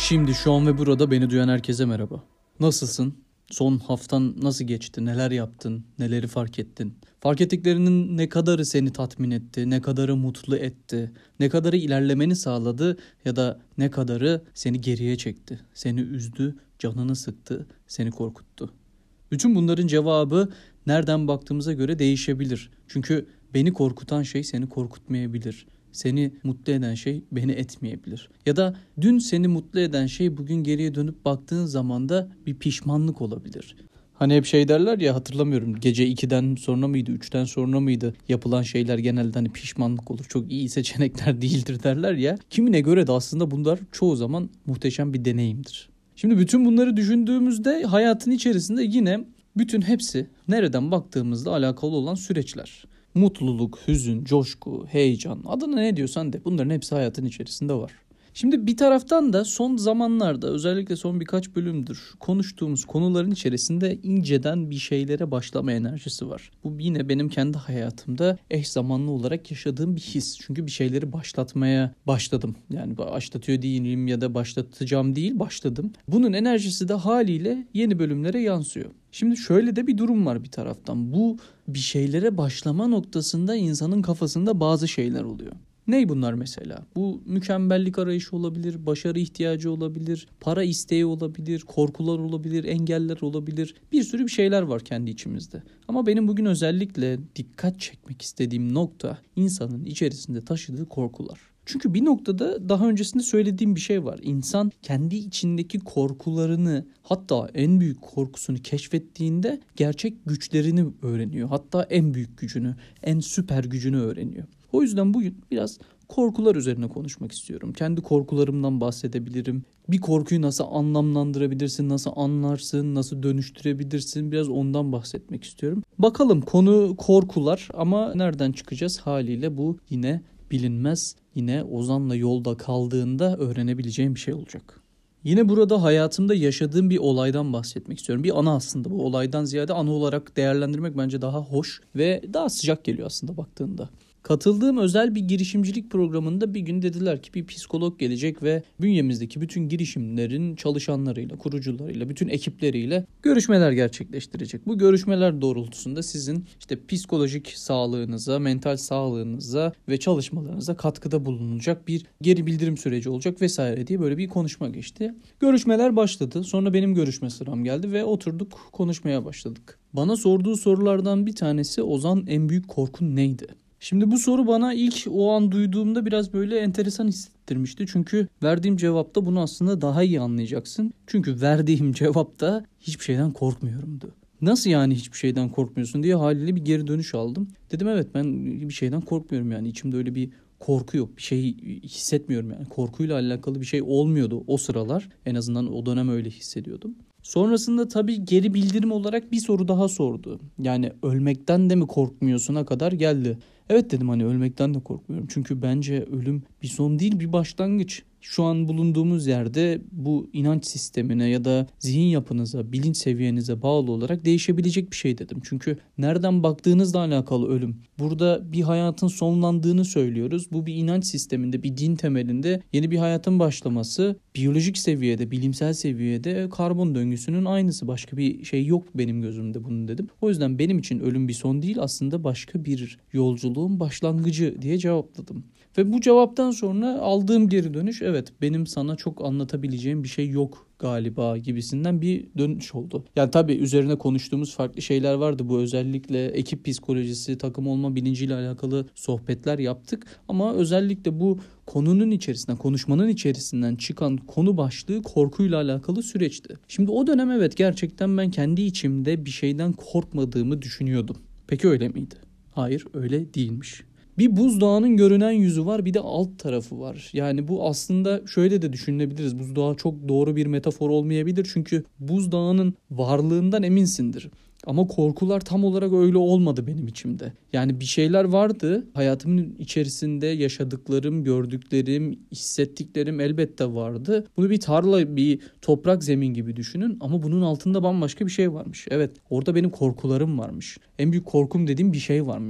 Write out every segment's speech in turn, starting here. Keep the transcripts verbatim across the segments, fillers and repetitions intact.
Şimdi şu an ve burada beni duyan herkese merhaba. Nasılsın? Son haftan nasıl geçti? Neler yaptın? Neleri fark ettin? Fark ettiklerinin ne kadarı seni tatmin etti? Ne kadarı mutlu etti? Ne kadarı ilerlemeni sağladı? Ya da ne kadarı seni geriye çekti? Seni üzdü, canını sıktı, seni korkuttu? Bütün bunların cevabı nereden baktığımıza göre değişebilir. Çünkü beni korkutan şey seni korkutmayabilir. Seni mutlu eden şey beni etmeyebilir. Ya da dün seni mutlu eden şey bugün geriye dönüp baktığın zaman da bir pişmanlık olabilir. Hani hep şey derler ya, hatırlamıyorum, gece ikiden sonra mıydı, üçten sonra mıydı yapılan şeyler genelde hani pişmanlık olur. Çok iyi seçenekler değildir derler ya. Kimine göre de aslında bunlar çoğu zaman muhteşem bir deneyimdir. Şimdi bütün bunları düşündüğümüzde hayatın içerisinde yine bütün hepsi nereden baktığımızla alakalı olan süreçler. Mutluluk, hüzün, coşku, heyecan, adına ne diyorsan de, bunların hepsi hayatın içerisinde var. Şimdi bir taraftan da son zamanlarda, özellikle son birkaç bölümdür konuştuğumuz konuların içerisinde inceden bir şeylere başlama enerjisi var. Bu yine benim kendi hayatımda eş zamanlı olarak yaşadığım bir his. Çünkü bir şeyleri başlatmaya başladım. Yani başlatıyor değilim ya da başlatacağım değil, başladım. Bunun enerjisi de haliyle yeni bölümlere yansıyor. Şimdi şöyle de bir durum var bir taraftan. Bu bir şeylere başlama noktasında insanın kafasında bazı şeyler oluyor. Ney bunlar mesela? Bu mükemmellik arayışı olabilir, başarı ihtiyacı olabilir, para isteği olabilir, korkular olabilir, engeller olabilir. Bir sürü bir şeyler var kendi içimizde. Ama benim bugün özellikle dikkat çekmek istediğim nokta insanın içerisinde taşıdığı korkular. Çünkü bir noktada daha öncesinde söylediğim bir şey var. İnsan kendi içindeki korkularını, hatta en büyük korkusunu keşfettiğinde gerçek güçlerini öğreniyor. Hatta en büyük gücünü, en süper gücünü öğreniyor. O yüzden bugün biraz korkular üzerine konuşmak istiyorum. Kendi korkularımdan bahsedebilirim. Bir korkuyu nasıl anlamlandırabilirsin, nasıl anlarsın, nasıl dönüştürebilirsin, biraz ondan bahsetmek istiyorum. Bakalım, konu korkular ama nereden çıkacağız? Haliyle bu yine bilinmez, yine Ozan'la yolda kaldığında öğrenebileceğim bir şey olacak. Yine burada hayatımda yaşadığım bir olaydan bahsetmek istiyorum. Bir ana aslında, bu olaydan ziyade ana olarak değerlendirmek bence daha hoş ve daha sıcak geliyor aslında baktığında. Katıldığım özel bir girişimcilik programında bir gün dediler ki bir psikolog gelecek ve bünyemizdeki bütün girişimlerin çalışanlarıyla, kurucularıyla, bütün ekipleriyle görüşmeler gerçekleştirecek. Bu görüşmeler doğrultusunda sizin işte psikolojik sağlığınıza, mental sağlığınıza ve çalışmalarınıza katkıda bulunacak bir geri bildirim süreci olacak vesaire diye böyle bir konuşma geçti. Görüşmeler başladı. Sonra benim görüşme sıram geldi ve oturduk, konuşmaya başladık. Bana sorduğu sorulardan bir tanesi, Ozan, en büyük korkun neydi? Şimdi bu soru bana ilk o an duyduğumda biraz böyle enteresan hissettirmişti. Çünkü verdiğim cevapta bunu aslında daha iyi anlayacaksın. Çünkü verdiğim cevapta hiçbir şeyden korkmuyorumdu. Nasıl yani hiçbir şeyden korkmuyorsun diye haliyle bir geri dönüş aldım. Dedim evet, ben bir şeyden korkmuyorum, yani içimde öyle bir korku yok. Bir şey hissetmiyorum yani. Korkuyla alakalı bir şey olmuyordu o sıralar. En azından o dönem öyle hissediyordum. Sonrasında tabii geri bildirim olarak bir soru daha sordu. Yani ölmekten de mi korkmuyorsun'a kadar geldi. Evet dedim, hani ölmekten de korkmuyorum. Çünkü bence ölüm bir son değil, bir başlangıç. Şu an bulunduğumuz yerde bu inanç sistemine ya da zihin yapınıza, bilinç seviyenize bağlı olarak değişebilecek bir şey dedim. Çünkü nereden baktığınızla alakalı ölüm. Burada bir hayatın sonlandığını söylüyoruz. Bu bir inanç sisteminde, bir din temelinde yeni bir hayatın başlaması. Biyolojik seviyede, bilimsel seviyede karbon döngüsünün aynısı. Başka bir şey yok benim gözümde bunun dedim. O yüzden benim için ölüm bir son değil, aslında başka bir yolculuğun başlangıcı diye cevapladım. Ve bu cevaptan sonra aldığım geri dönüş, evet benim sana çok anlatabileceğim bir şey yok galiba gibisinden bir dönüş oldu. Yani tabii üzerine konuştuğumuz farklı şeyler vardı. Bu özellikle ekip psikolojisi, takım olma bilinciyle alakalı sohbetler yaptık. Ama özellikle bu konunun içerisinden, konuşmanın içerisinden çıkan konu başlığı korkuyla alakalı süreçti. Şimdi o dönem evet, gerçekten ben kendi içimde bir şeyden korkmadığımı düşünüyordum. Peki öyle miydi? Hayır, öyle değilmiş. Bir buzdağının görünen yüzü var, bir de alt tarafı var. Yani bu aslında şöyle de düşünebiliriz. Buzdağı çok doğru bir metafor olmayabilir. Çünkü buzdağının varlığından eminsindir. Ama korkular tam olarak öyle olmadı benim içimde. Yani bir şeyler vardı. Hayatımın içerisinde yaşadıklarım, gördüklerim, hissettiklerim elbette vardı. Bunu bir tarla, bir toprak zemin gibi düşünün. Ama bunun altında bambaşka bir şey varmış. Evet, orada benim korkularım varmış. En büyük korkum dediğim bir şey varmış.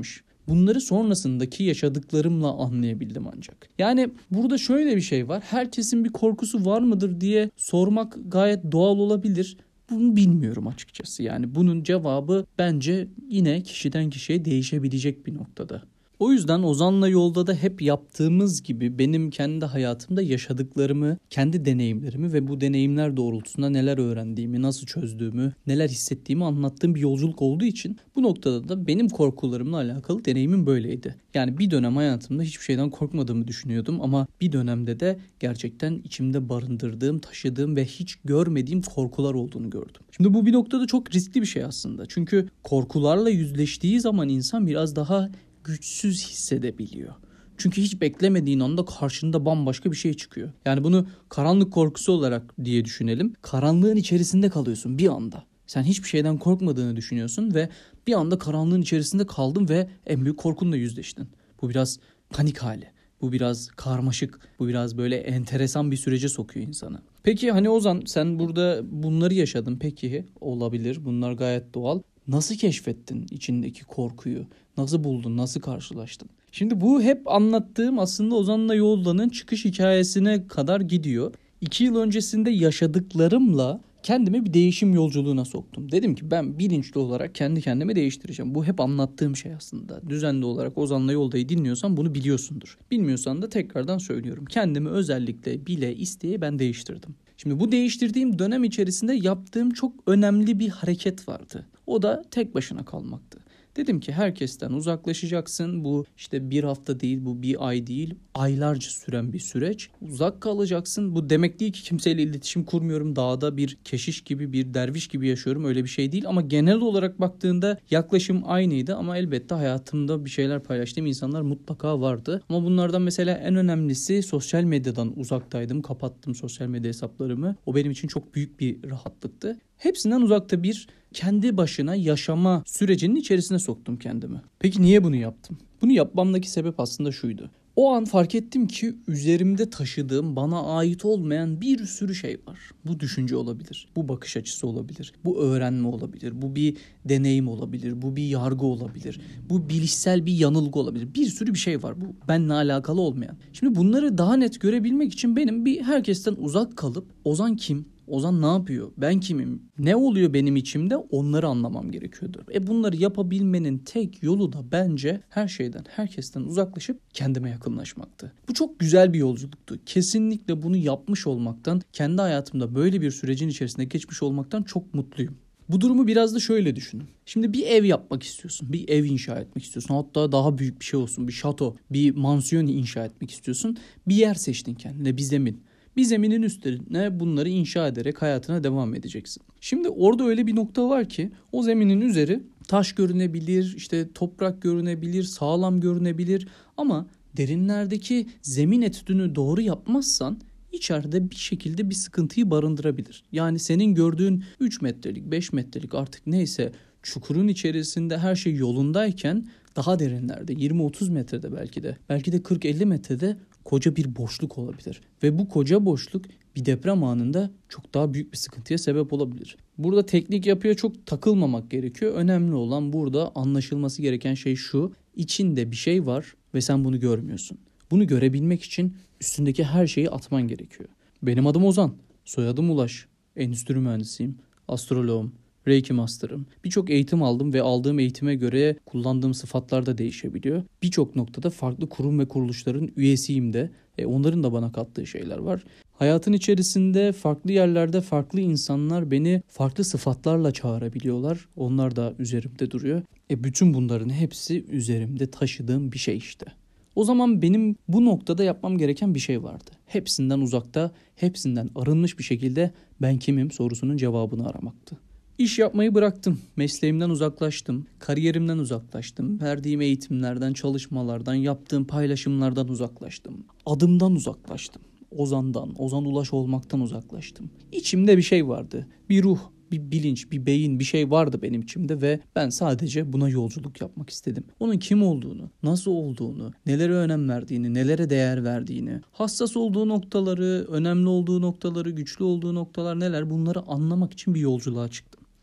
Bunları sonrasındaki yaşadıklarımla anlayabildim ancak. Yani burada şöyle bir şey var. Herkesin bir korkusu var mıdır diye sormak gayet doğal olabilir. Bunu bilmiyorum açıkçası. Yani bunun cevabı bence yine kişiden kişiye değişebilecek bir noktada. O yüzden Ozan'la yolda da hep yaptığımız gibi benim kendi hayatımda yaşadıklarımı, kendi deneyimlerimi ve bu deneyimler doğrultusunda neler öğrendiğimi, nasıl çözdüğümü, neler hissettiğimi anlattığım bir yolculuk olduğu için bu noktada da benim korkularımla alakalı deneyimim böyleydi. Yani bir dönem hayatımda hiçbir şeyden korkmadığımı düşünüyordum ama bir dönemde de gerçekten içimde barındırdığım, taşıdığım ve hiç görmediğim korkular olduğunu gördüm. Şimdi bu bir noktada çok riskli bir şey aslında. Çünkü korkularla yüzleştiği zaman insan biraz daha güçsüz hissedebiliyor. Çünkü hiç beklemediğin anda karşında bambaşka bir şey çıkıyor. Yani bunu karanlık korkusu olarak diye düşünelim. Karanlığın içerisinde kalıyorsun bir anda. Sen hiçbir şeyden korkmadığını düşünüyorsun ve bir anda karanlığın içerisinde kaldın ve en büyük korkunla yüzleştin. Bu biraz panik hali. Bu biraz karmaşık, bu biraz böyle enteresan bir sürece sokuyor insanı. Peki hani Ozan, sen burada bunları yaşadın. Peki olabilir, bunlar gayet doğal. Nasıl keşfettin içindeki korkuyu? Nasıl buldun? Nasıl karşılaştın? Şimdi bu hep anlattığım aslında Ozan'la Yolda'nın çıkış hikayesine kadar gidiyor. İki yıl öncesinde yaşadıklarımla kendimi bir değişim yolculuğuna soktum. Dedim ki ben bilinçli olarak kendi kendimi değiştireceğim. Bu hep anlattığım şey aslında. Düzenli olarak Ozan'la Yolda'yı dinliyorsan bunu biliyorsundur. Bilmiyorsan da tekrardan söylüyorum. Kendimi özellikle bile isteye ben değiştirdim. Şimdi bu değiştirdiğim dönem içerisinde yaptığım çok önemli bir hareket vardı. O da tek başına kalmaktı. Dedim ki herkesten uzaklaşacaksın. Bu işte bir hafta değil, bu bir ay değil, aylarca süren bir süreç. Uzak kalacaksın. Bu demek değil ki kimseyle iletişim kurmuyorum. Dağda bir keşiş gibi, bir derviş gibi yaşıyorum. Öyle bir şey değil. Ama genel olarak baktığında yaklaşım aynıydı. Ama elbette hayatımda bir şeyler paylaştığım insanlar mutlaka vardı. Ama bunlardan mesela en önemlisi sosyal medyadan uzaktaydım. Kapattım sosyal medya hesaplarımı. O benim için çok büyük bir rahatlıktı. Hepsinden uzakta bir kendi başına yaşama sürecinin içerisine soktum kendimi. Peki niye bunu yaptım? Bunu yapmamdaki sebep aslında şuydu. O an fark ettim ki üzerimde taşıdığım bana ait olmayan bir sürü şey var. Bu düşünce olabilir, bu bakış açısı olabilir, bu öğrenme olabilir, bu bir deneyim olabilir, bu bir yargı olabilir, bu bilişsel bir yanılgı olabilir. Bir sürü bir şey var bu benimle alakalı olmayan. Şimdi bunları daha net görebilmek için benim bir herkesten uzak kalıp Ozan kim? Ozan ne yapıyor? Ben kimim? Ne oluyor benim içimde? Onları anlamam gerekiyordu. E bunları yapabilmenin tek yolu da bence her şeyden, herkesten uzaklaşıp kendime yakınlaşmaktı. Bu çok güzel bir yolculuktu. Kesinlikle bunu yapmış olmaktan, kendi hayatımda böyle bir sürecin içerisinde geçmiş olmaktan çok mutluyum. Bu durumu biraz da şöyle düşünün. Şimdi bir ev yapmak istiyorsun. Bir ev inşa etmek istiyorsun. Hatta daha büyük bir şey olsun. Bir şato, bir mansiyon inşa etmek istiyorsun. Bir yer seçtin kendine, bir zemin. Bir zeminin üstüne bunları inşa ederek hayatına devam edeceksin. Şimdi orada öyle bir nokta var ki o zeminin üzeri taş görünebilir, işte toprak görünebilir, sağlam görünebilir ama derinlerdeki zemin etüdünü doğru yapmazsan içeride bir şekilde bir sıkıntıyı barındırabilir. Yani senin gördüğün üç metrelik, beş metrelik artık neyse çukurun içerisinde her şey yolundayken daha derinlerde yirmi otuz metrede belki de belki de kırk elli metrede koca bir boşluk olabilir. Ve bu koca boşluk bir deprem anında çok daha büyük bir sıkıntıya sebep olabilir. Burada teknik yapıya çok takılmamak gerekiyor. Önemli olan burada anlaşılması gereken şey şu. İçinde bir şey var ve sen bunu görmüyorsun. Bunu görebilmek için üstündeki her şeyi atman gerekiyor. Benim adım Ozan, soyadım Ulaş, endüstri mühendisiyim, astroloğum, Reiki Master'ım. Birçok eğitim aldım ve aldığım eğitime göre kullandığım sıfatlar da değişebiliyor. Birçok noktada farklı kurum ve kuruluşların üyesiyim de. E, onların da bana kattığı şeyler var. Hayatın içerisinde farklı yerlerde farklı insanlar beni farklı sıfatlarla çağırabiliyorlar. Onlar da üzerimde duruyor. E, bütün bunların hepsi üzerimde taşıdığım bir şey işte. O zaman benim bu noktada yapmam gereken bir şey vardı. Hepsinden uzakta, hepsinden arınmış bir şekilde ben kimim sorusunun cevabını aramaktı. İş yapmayı bıraktım. Mesleğimden uzaklaştım. Kariyerimden uzaklaştım. Verdiğim eğitimlerden, çalışmalardan, yaptığım paylaşımlardan uzaklaştım. Adımdan uzaklaştım. Ozan'dan, Ozan Ulaş olmaktan uzaklaştım. İçimde bir şey vardı. Bir ruh, bir bilinç, bir beyin, bir şey vardı benim içimde ve ben sadece buna yolculuk yapmak istedim. Onun kim olduğunu, nasıl olduğunu, nelere önem verdiğini, nelere değer verdiğini, hassas olduğu noktaları, önemli olduğu noktaları, güçlü olduğu noktalar neler bunları anlamak için bir yolculuğa çıktım.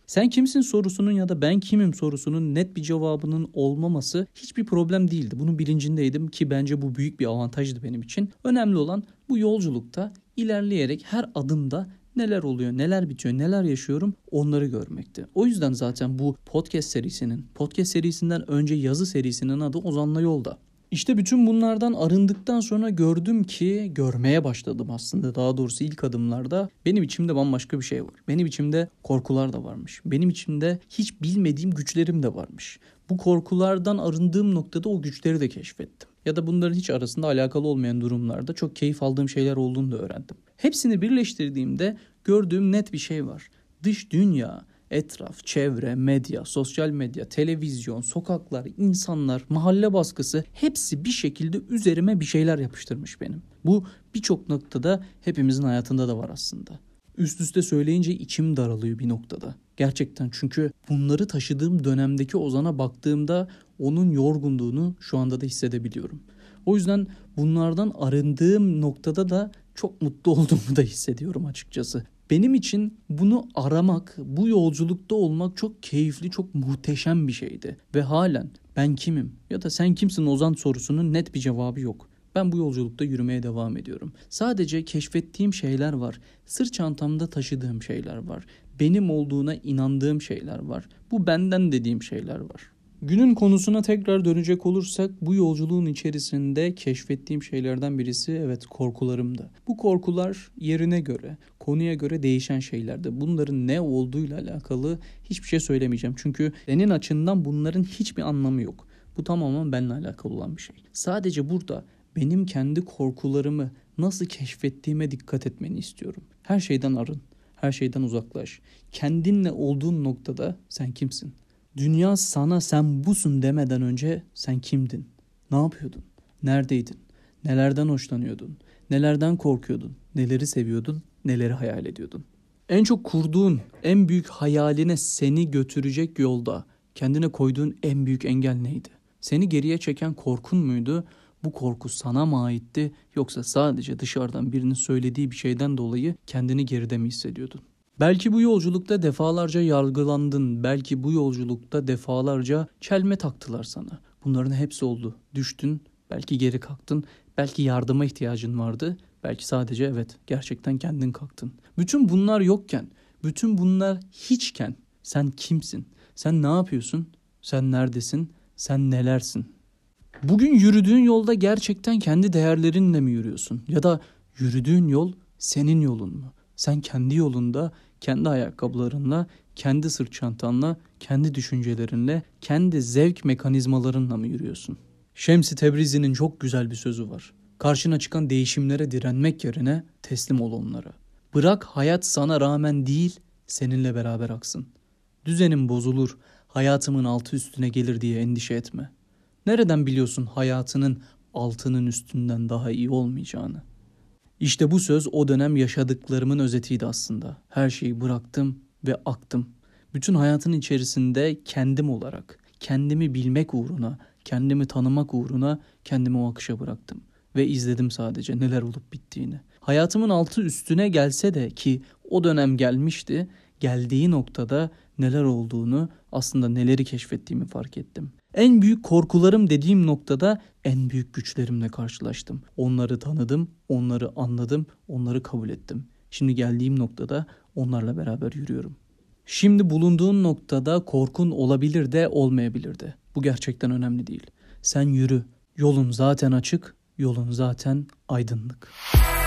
Sen kimsin sorusunun ya da ben kimim sorusunun net bir cevabının olmaması hiçbir problem değildi. Bunun bilincindeydim ki bence bu büyük bir avantajdı benim için. Önemli olan bu yolculukta ilerleyerek her adımda neler oluyor, neler bitiyor, neler yaşıyorum onları görmekti. O yüzden zaten bu podcast serisinin, podcast serisinden önce yazı serisinin adı Ozan'la Yolda. İşte bütün bunlardan arındıktan sonra gördüm ki, görmeye başladım aslında daha doğrusu ilk adımlarda. Benim içimde bambaşka bir şey var. Benim içimde korkular da varmış. Benim içimde hiç bilmediğim güçlerim de varmış. Bu korkulardan arındığım noktada o güçleri de keşfettim. Ya da bunların hiç arasında alakalı olmayan durumlarda çok keyif aldığım şeyler olduğunu da öğrendim. Hepsini birleştirdiğimde gördüğüm net bir şey var. Dış dünya, etraf, çevre, medya, sosyal medya, televizyon, sokaklar, insanlar, mahalle baskısı hepsi bir şekilde üzerime bir şeyler yapıştırmış benim. Bu birçok noktada hepimizin hayatında da var aslında. Üst üste söyleyince içim daralıyor bir noktada. Gerçekten çünkü bunları taşıdığım dönemdeki Ozan'a baktığımda onun yorgunluğunu şu anda da hissedebiliyorum. O yüzden bunlardan arındığım noktada da çok mutlu olduğumu da hissediyorum açıkçası. Benim için bunu aramak, bu yolculukta olmak çok keyifli, çok muhteşem bir şeydi. Ve halen ben kimim ya da sen kimsin Ozan sorusunun net bir cevabı yok. Ben bu yolculukta yürümeye devam ediyorum. Sadece keşfettiğim şeyler var. Sırt çantamda taşıdığım şeyler var. Benim olduğuna inandığım şeyler var. Bu benden dediğim şeyler var. Günün konusuna tekrar dönecek olursak bu yolculuğun içerisinde keşfettiğim şeylerden birisi evet korkularımdı. Bu korkular yerine göre, konuya göre değişen şeylerdi. Bunların ne olduğuyla alakalı hiçbir şey söylemeyeceğim. Çünkü senin açından bunların hiçbir anlamı yok. Bu tamamen benimle alakalı olan bir şey. Sadece burada benim kendi korkularımı nasıl keşfettiğime dikkat etmeni istiyorum. Her şeyden arın, her şeyden uzaklaş. Kendinle olduğun noktada sen kimsin? Dünya sana sen busun demeden önce sen kimdin? Ne yapıyordun? Neredeydin? Nelerden hoşlanıyordun? Nelerden korkuyordun? Neleri seviyordun? Neleri hayal ediyordun? En çok kurduğun, en büyük hayaline seni götürecek yolda kendine koyduğun en büyük engel neydi? Seni geriye çeken korkun muydu? Bu korku sana mı aitti yoksa sadece dışarıdan birinin söylediği bir şeyden dolayı kendini geride mi hissediyordun? Belki bu yolculukta defalarca yargılandın, belki bu yolculukta defalarca çelme taktılar sana. Bunların hepsi oldu. Düştün, belki geri kalktın, belki yardıma ihtiyacın vardı, belki sadece evet gerçekten kendin kalktın. Bütün bunlar yokken, bütün bunlar hiçken sen kimsin? Sen ne yapıyorsun? Sen neredesin? Sen nelersin? Bugün yürüdüğün yolda gerçekten kendi değerlerinle mi yürüyorsun? Ya da yürüdüğün yol senin yolun mu? Sen kendi yolunda, kendi ayakkabılarınla, kendi sırt çantanla, kendi düşüncelerinle, kendi zevk mekanizmalarınla mı yürüyorsun? Şems-i Tebrizi'nin çok güzel bir sözü var. Karşına çıkan değişimlere direnmek yerine teslim ol onlara. Bırak hayat sana rağmen değil, seninle beraber aksın. Düzenim bozulur, hayatımın altı üstüne gelir diye endişe etme. Nereden biliyorsun hayatının altının üstünden daha iyi olmayacağını? İşte bu söz o dönem yaşadıklarımın özetiydi aslında. Her şeyi bıraktım ve aktım. Bütün hayatın içerisinde kendim olarak, kendimi bilmek uğruna, kendimi tanımak uğruna kendimi o akışa bıraktım. Ve izledim sadece neler olup bittiğini. Hayatımın altı üstüne gelse de ki o dönem gelmişti, geldiği noktada neler olduğunu, aslında neleri keşfettiğimi fark ettim. En büyük korkularım dediğim noktada en büyük güçlerimle karşılaştım. Onları tanıdım, onları anladım, onları kabul ettim. Şimdi geldiğim noktada onlarla beraber yürüyorum. Şimdi bulunduğun noktada korkun olabilir de olmayabilir de. Bu gerçekten önemli değil. Sen yürü. Yolun zaten açık, yolun zaten aydınlık.